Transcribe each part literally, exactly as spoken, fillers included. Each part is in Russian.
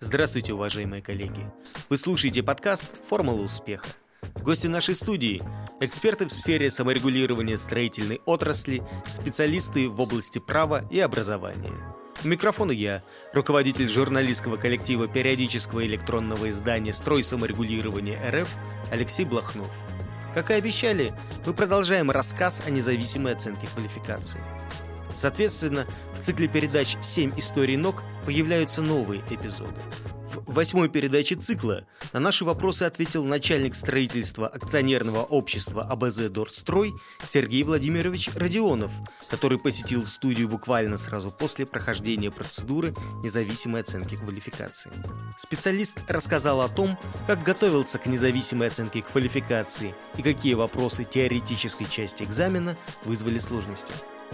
Здравствуйте, уважаемые коллеги! Вы слушаете подкаст «Формула успеха». Гости нашей студии – эксперты в сфере саморегулирования строительной отрасли, специалисты в области права и образования. У микрофона я, руководитель журналистского коллектива периодического электронного издания «Строй саморегулирования РФ» Алексей Блохнов. Как и обещали, мы продолжаем рассказ о независимой оценке квалификации. Соответственно, в цикле передач «семь историй НОК» появляются новые эпизоды. В восьмой передаче цикла на наши вопросы ответил начальник строительства акционерного общества АБЗ «Дорстрой» Сергей Владимирович Родионов, который посетил студию буквально сразу после прохождения процедуры независимой оценки квалификации. Специалист рассказал о том, как готовился к независимой оценке квалификации и какие вопросы теоретической части экзамена вызвали сложности.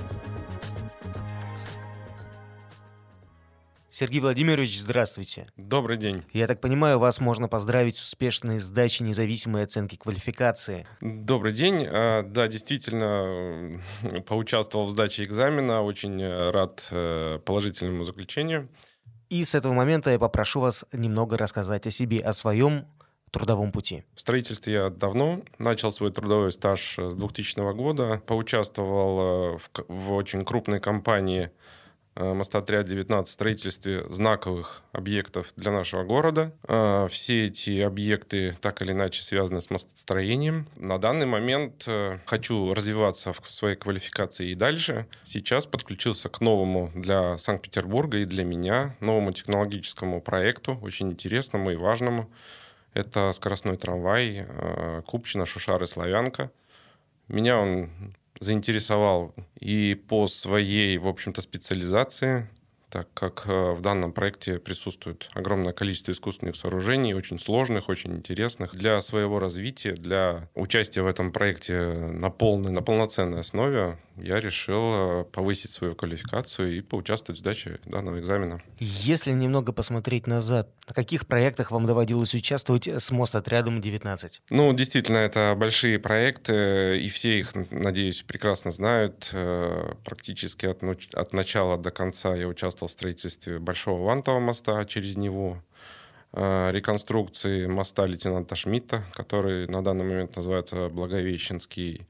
Сергей Владимирович, здравствуйте. Добрый день. Я так понимаю, вас можно поздравить с успешной сдачей независимой оценки квалификации. Добрый день. Да, действительно, поучаствовал в сдаче экзамена. Очень рад положительному заключению. И с этого момента я попрошу вас немного рассказать о себе, о своем трудовом пути. В строительстве я давно начал свой трудовой стаж с двухтысячного года. Поучаствовал в, в очень крупной компании «Мостотряд девятнадцать» в строительстве знаковых объектов для нашего города. Все эти объекты так или иначе связаны с мостостроением. На данный момент хочу развиваться в своей квалификации и дальше. Сейчас подключился к новому для Санкт-Петербурга и для меня, новому технологическому проекту, очень интересному и важному. Это скоростной трамвай Купчино, Шушары, Славянка. Меня он заинтересовал и по своей, в общем-то, специализации, так как в данном проекте присутствует огромное количество искусственных сооружений, очень сложных, очень интересных. Для своего развития, для участия в этом проекте на полной, на полноценной основе я решил повысить свою квалификацию и поучаствовать в сдаче данного экзамена. Если немного посмотреть назад, на каких проектах вам доводилось участвовать с Мостотрядом девятнадцать? Ну, действительно, это большие проекты, и все их, надеюсь, прекрасно знают. Практически от, от начала до конца я участвовал в строительстве Большого Вантового моста через Неву, реконструкции моста лейтенанта Шмидта, который на данный момент называется Благовещенский,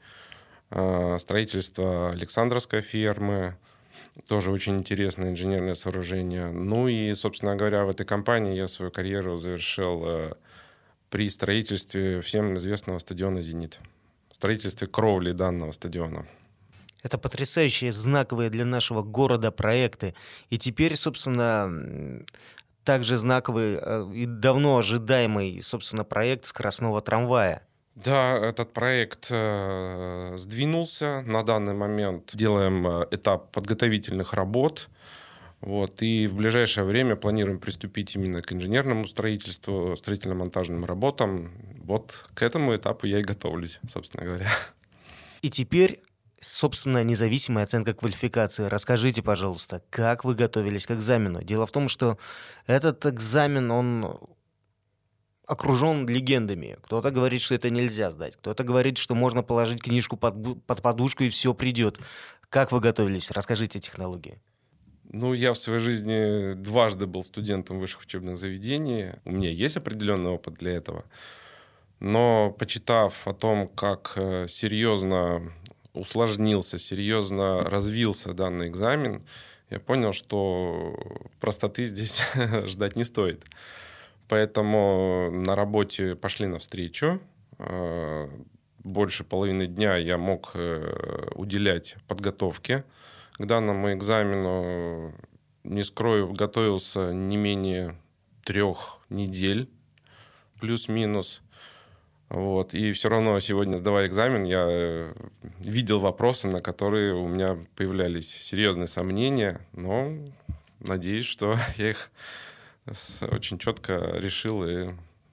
строительство Александровской фермы, тоже очень интересное инженерное сооружение. Ну и, собственно говоря, в этой компании я свою карьеру завершил при строительстве всем известного стадиона «Зенит», строительстве кровли данного стадиона. Это потрясающие, знаковые для нашего города проекты. И теперь, собственно, также знаковый и давно ожидаемый, собственно, проект скоростного трамвая. Да, этот проект э, сдвинулся. На данный момент делаем этап подготовительных работ. Вот, и в ближайшее время планируем приступить именно к инженерному строительству, строительно-монтажным работам. Вот к этому этапу я и готовлюсь, собственно говоря. И теперь, собственно, независимая оценка квалификации. Расскажите, пожалуйста, как вы готовились к экзамену? Дело в том, что этот экзамен, он окружен легендами. Кто-то говорит, что это нельзя сдать. Кто-то говорит, что можно положить книжку под, под подушку и все придет. Как вы готовились? Расскажите о технологии. Ну, я в своей жизни дважды был студентом высших учебных заведений. У меня есть определенный опыт для этого. Но, почитав о том, как серьезно усложнился, серьезно развился данный экзамен, я понял, что простоты здесь ждать не стоит. Поэтому на работе пошли навстречу. Больше половины дня я мог уделять подготовке к данному экзамену. Не скрою, готовился не менее трех недель, плюс-минус. Вот. И все равно сегодня, сдавая экзамен, я видел вопросы, на которые у меня появлялись серьезные сомнения. Но надеюсь, что я их очень четко решил и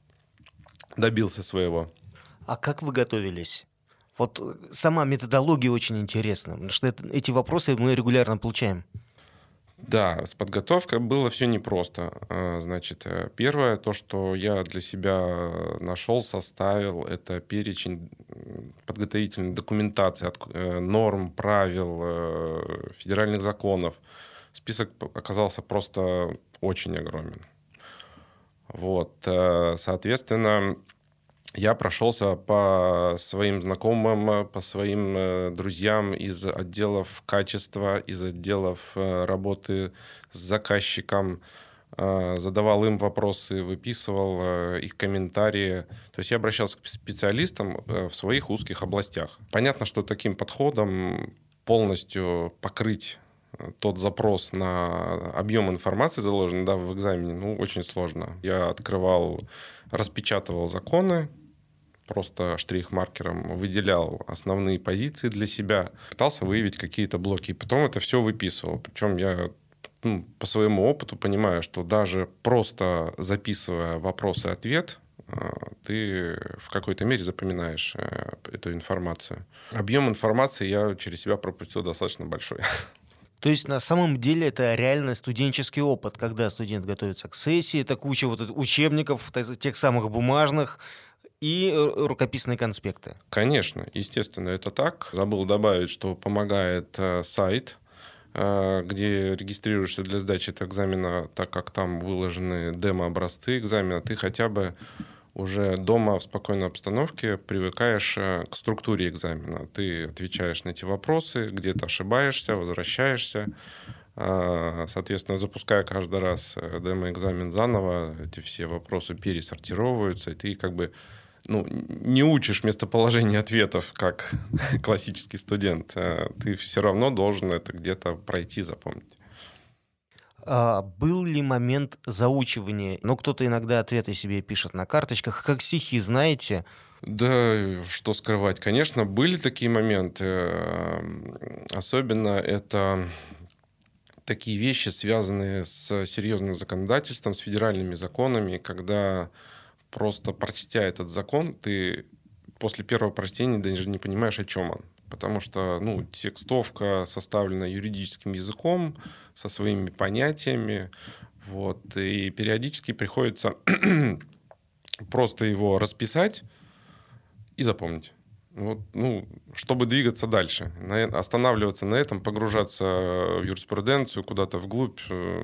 добился своего. А как вы готовились? Вот сама методология очень интересна, потому что это, эти вопросы мы регулярно получаем. Да, с подготовкой было все непросто. Значит, первое, то, что я для себя нашел, составил, это перечень подготовительной документации, от норм, правил, федеральных законов. Список оказался просто очень огромен. Вот, соответственно, я прошелся по своим знакомым, по своим друзьям из отделов качества, из отделов работы с заказчиком, задавал им вопросы, выписывал их комментарии. То есть я обращался к специалистам в своих узких областях. Понятно, что таким подходом полностью покрыть тот запрос на объем информации, заложенный, да, в экзамене, ну, очень сложно. Я открывал, распечатывал законы, просто штрих-маркером выделял основные позиции для себя, пытался выявить какие-то блоки, и потом это все выписывал. Причем я ну, по своему опыту понимаю, что даже просто записывая вопрос и ответ, ты в какой-то мере запоминаешь эту информацию. Объем информации я через себя пропустил достаточно большой. То есть на самом деле это реально студенческий опыт, когда студент готовится к сессии, это куча вот учебников, тех самых бумажных и рукописные конспекты. Конечно, естественно, это так. Забыл добавить, что помогает сайт, где регистрируешься для сдачи этого экзамена, так как там выложены демо-образцы экзамена, ты хотя бы уже дома в спокойной обстановке привыкаешь к структуре экзамена. Ты отвечаешь на эти вопросы, где-то ошибаешься, возвращаешься. Соответственно, запуская каждый раз демо-экзамен заново, эти все вопросы пересортировываются, и ты как бы ну, не учишь местоположение ответов, как классический студент. Ты все равно должен это где-то пройти, запомнить. А был ли момент заучивания? Ну, кто-то иногда ответы себе пишет на карточках, как стихи, знаете? Да, что скрывать. Конечно, были такие моменты. Особенно это такие вещи, связанные с серьезным законодательством, с федеральными законами, когда просто прочтя этот закон, ты после первого прочтения даже не понимаешь, о чем он. Потому что ну, текстовка составлена юридическим языком, со своими понятиями. Вот, и периодически приходится просто его расписать и запомнить. Вот, ну, чтобы двигаться дальше. На, останавливаться на этом, погружаться в юриспруденцию куда-то вглубь,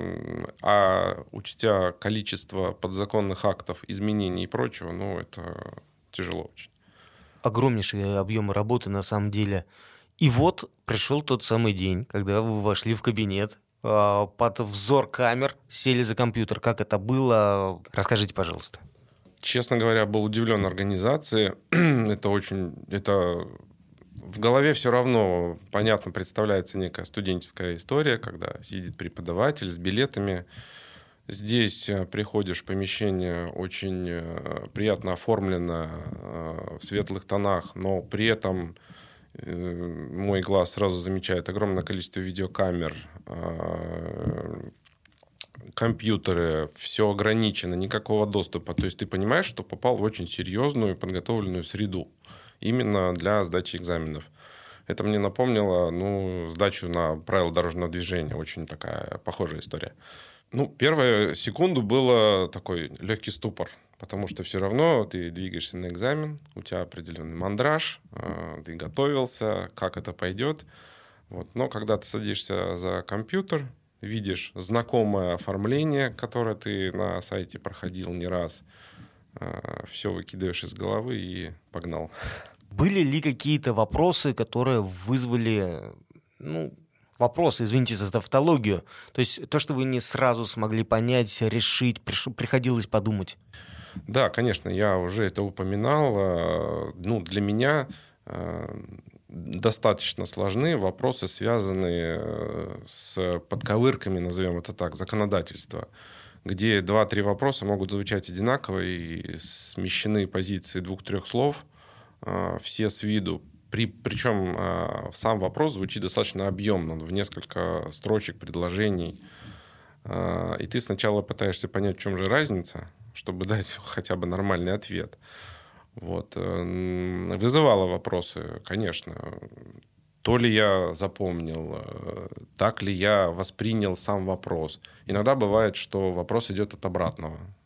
а учтя количество подзаконных актов, изменений и прочего, ну, это тяжело очень. Огромнейшие объемы работы на самом деле. И вот пришел тот самый день, когда вы вошли в кабинет, под взор камер, сели за компьютер. Как это было? Расскажите, пожалуйста. Честно говоря, был удивлен организацией. Это очень... Это в голове все равно, понятно, представляется некая студенческая история, когда сидит преподаватель с билетами. Здесь приходишь в помещение, очень приятно оформлено, в светлых тонах, но при этом мой глаз сразу замечает огромное количество видеокамер, компьютеры, все ограничено, никакого доступа. То есть ты понимаешь, что попал в очень серьезную подготовленную среду именно для сдачи экзаменов. Это мне напомнило ну, сдачу на правила дорожного движения. Очень такая похожая история. Ну, первую секунду было такой легкий ступор, потому что все равно ты двигаешься на экзамен, у тебя определенный мандраж, ты готовился, как это пойдет. Вот. Но когда ты садишься за компьютер, видишь знакомое оформление, которое ты на сайте проходил не раз, все выкидываешь из головы и погнал. Были ли какие-то вопросы, которые вызвали... ну, вопросы, извините за тавтологию. То есть то, что вы не сразу смогли понять, решить, приходилось подумать. Да, конечно, я уже это упоминал. Ну, для меня достаточно сложны вопросы, связанные с подковырками, назовем это так, законодательства, где два-три вопроса могут звучать одинаково и смещены позиции двух-трех слов, все с виду. При, причем э, сам вопрос звучит достаточно объемно, в несколько строчек, предложений. Э, и ты сначала пытаешься понять, в чем же разница, чтобы дать хотя бы нормальный ответ. Вот. Э, вызывало вопросы, конечно. То ли я запомнил, э, так ли я воспринял сам вопрос. Иногда бывает, что вопрос идет от обратного.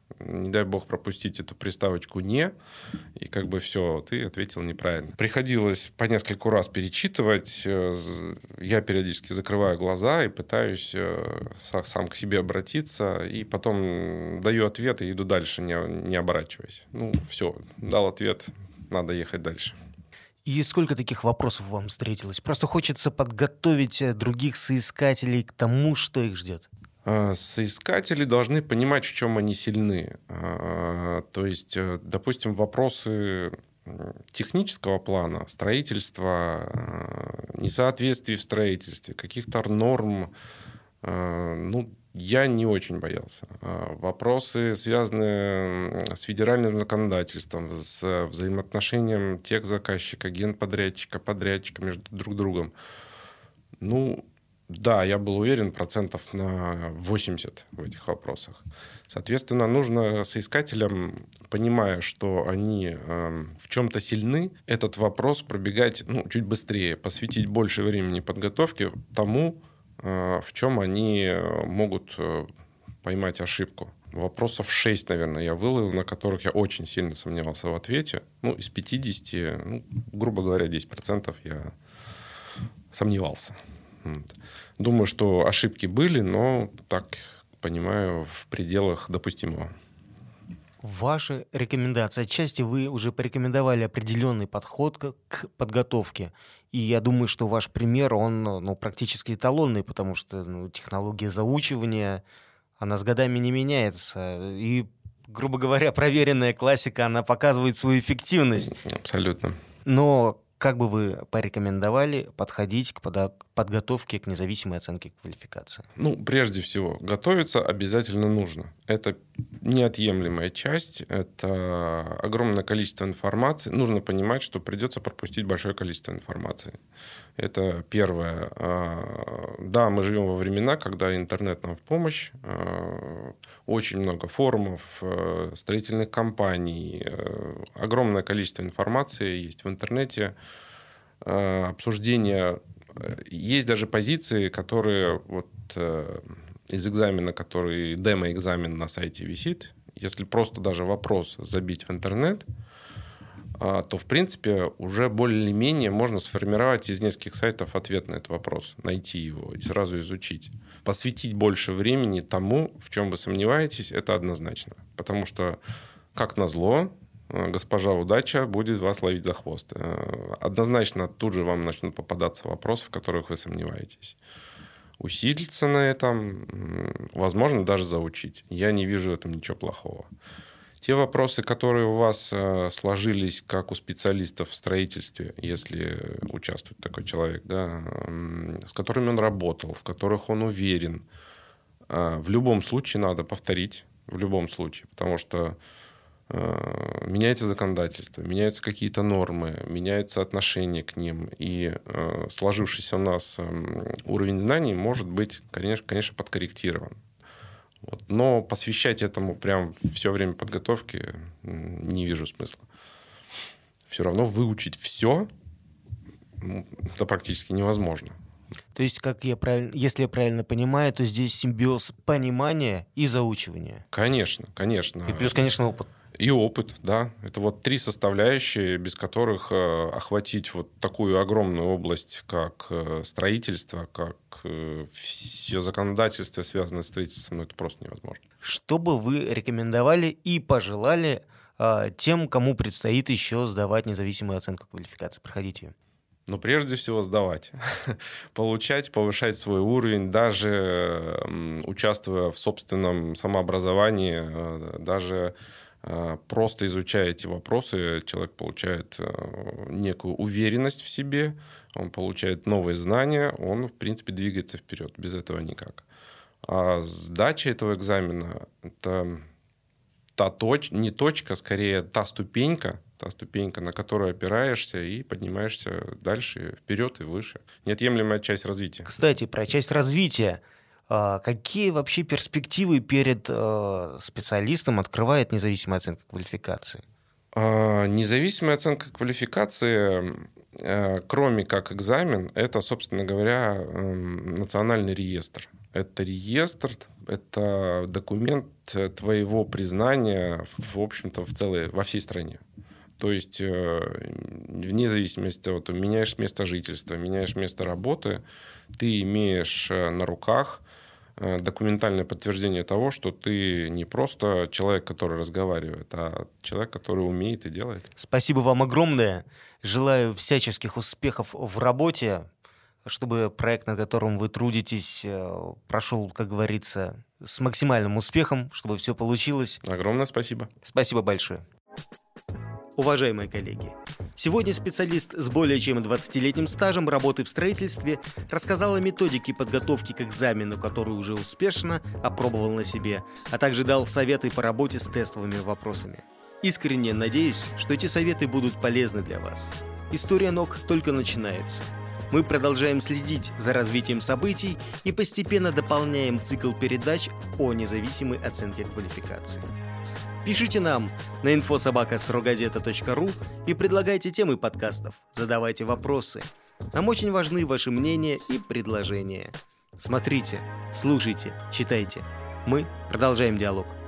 Не дай бог пропустить эту приставочку «не», и как бы все, ты ответил неправильно. Приходилось по нескольку раз перечитывать. Я периодически закрываю глаза и пытаюсь сам к себе обратиться, и потом даю ответ и иду дальше, не, не оборачиваясь. Ну, все, дал ответ, надо ехать дальше. И сколько таких вопросов вам встретилось? Просто хочется подготовить других соискателей к тому, что их ждет. Соискатели должны понимать, в чем они сильны. То есть, допустим, вопросы технического плана, строительства, несоответствий в строительстве, каких-то норм, ну, я не очень боялся. Вопросы, связанные с федеральным законодательством, с взаимоотношением техзаказчика, генподрядчика, подрядчика между друг другом. Ну, да, я был уверен процентов на восемьдесят в этих вопросах. Соответственно, нужно соискателям, понимая, что они э, в чем-то сильны, этот вопрос пробегать ну, чуть быстрее, посвятить больше времени подготовке тому, э, в чем они могут э, поймать ошибку. Вопросов шесть, наверное, я выловил, на которых я очень сильно сомневался в ответе. Ну, из пятидесяти, ну, грубо говоря, десять процентов я сомневался. Думаю, что ошибки были, но, так понимаю, в пределах допустимого. Ваши рекомендации. Отчасти вы уже порекомендовали определенный подход к подготовке. И я думаю, что ваш пример, он ну, практически эталонный, потому что ну, технология заучивания, она с годами не меняется. И, грубо говоря, проверенная классика, она показывает свою эффективность. Абсолютно. Но как бы вы порекомендовали подходить к подготовке к независимой оценке квалификации? Ну, прежде всего, готовиться обязательно нужно. Это неотъемлемая часть, это огромное количество информации. Нужно понимать, что придется пропустить большое количество информации. Это первое. Да, мы живем во времена, когда интернет нам в помощь. Очень много форумов, строительных компаний, огромное количество информации есть в интернете, обсуждения. Есть даже позиции, которые вот из экзамена, который демо-экзамен на сайте висит, если просто даже вопрос забить в интернет, то, в принципе, уже более-менее можно сформировать из нескольких сайтов ответ на этот вопрос, найти его и сразу изучить. Посвятить больше времени тому, в чем вы сомневаетесь, это однозначно. Потому что, как назло, госпожа удача будет вас ловить за хвост. Однозначно тут же вам начнут попадаться вопросы, в которых вы сомневаетесь. Усилиться на этом, возможно, даже заучить. Я не вижу в этом ничего плохого. Те вопросы, которые у вас сложились, как у специалистов в строительстве, если участвует такой человек, да, с которыми он работал, в которых он уверен, в любом случае надо повторить, в любом случае, потому что меняется законодательство, меняются какие-то нормы, меняется отношение к ним, и сложившийся у нас уровень знаний может быть, конечно, конечно подкорректирован. Вот. Но посвящать этому прям все время подготовки не вижу смысла. Все равно выучить все это практически невозможно. То есть, как я правильно, если я правильно понимаю, то здесь симбиоз понимания и заучивания. Конечно, конечно. И плюс, конечно, опыт. И опыт, да. Это вот три составляющие, без которых э, охватить вот такую огромную область, как э, строительство, как э, все законодательство, связанное с строительством, ну, это просто невозможно. Что бы вы рекомендовали и пожелали э, тем, кому предстоит еще сдавать независимую оценку квалификации, проходить ее? Но прежде всего сдавать. Получать, повышать свой уровень, даже э, участвуя в собственном самообразовании, э, даже просто изучая эти вопросы, человек получает некую уверенность в себе, он получает новые знания, он, в принципе, двигается вперед. Без этого никак. А сдача этого экзамена – это та точка, не точка, скорее та ступенька, та ступенька, на которую опираешься и поднимаешься дальше, вперед и выше. Неотъемлемая часть развития. Кстати, про часть развития. Какие вообще перспективы перед э, специалистом открывает независимая оценка квалификации? А, независимая оценка квалификации, э, кроме как экзамен, это, собственно говоря, э, национальный реестр. Это реестр, это документ твоего признания, в общем-то, в целой, во всей стране. То есть, вне зависимости от того, меняешь место жительства, меняешь место работы, ты имеешь на руках документальное подтверждение того, что ты не просто человек, который разговаривает, а человек, который умеет и делает. Спасибо вам огромное. Желаю всяческих успехов в работе, чтобы проект, над которым вы трудитесь, прошел, как говорится, с максимальным успехом, чтобы все получилось. Огромное спасибо. Спасибо большое. Уважаемые коллеги, сегодня специалист с более чем двадцатилетним стажем работы в строительстве рассказал о методике подготовки к экзамену, которую уже успешно опробовал на себе, а также дал советы по работе с тестовыми вопросами. Искренне надеюсь, что эти советы будут полезны для вас. История ног только начинается. Мы продолжаем следить за развитием событий и постепенно дополняем цикл передач о независимой оценке квалификации. Пишите нам на инфо собака срогазета точка ру и предлагайте темы подкастов, задавайте вопросы. Нам очень важны ваши мнения и предложения. Смотрите, слушайте, читайте. Мы продолжаем диалог.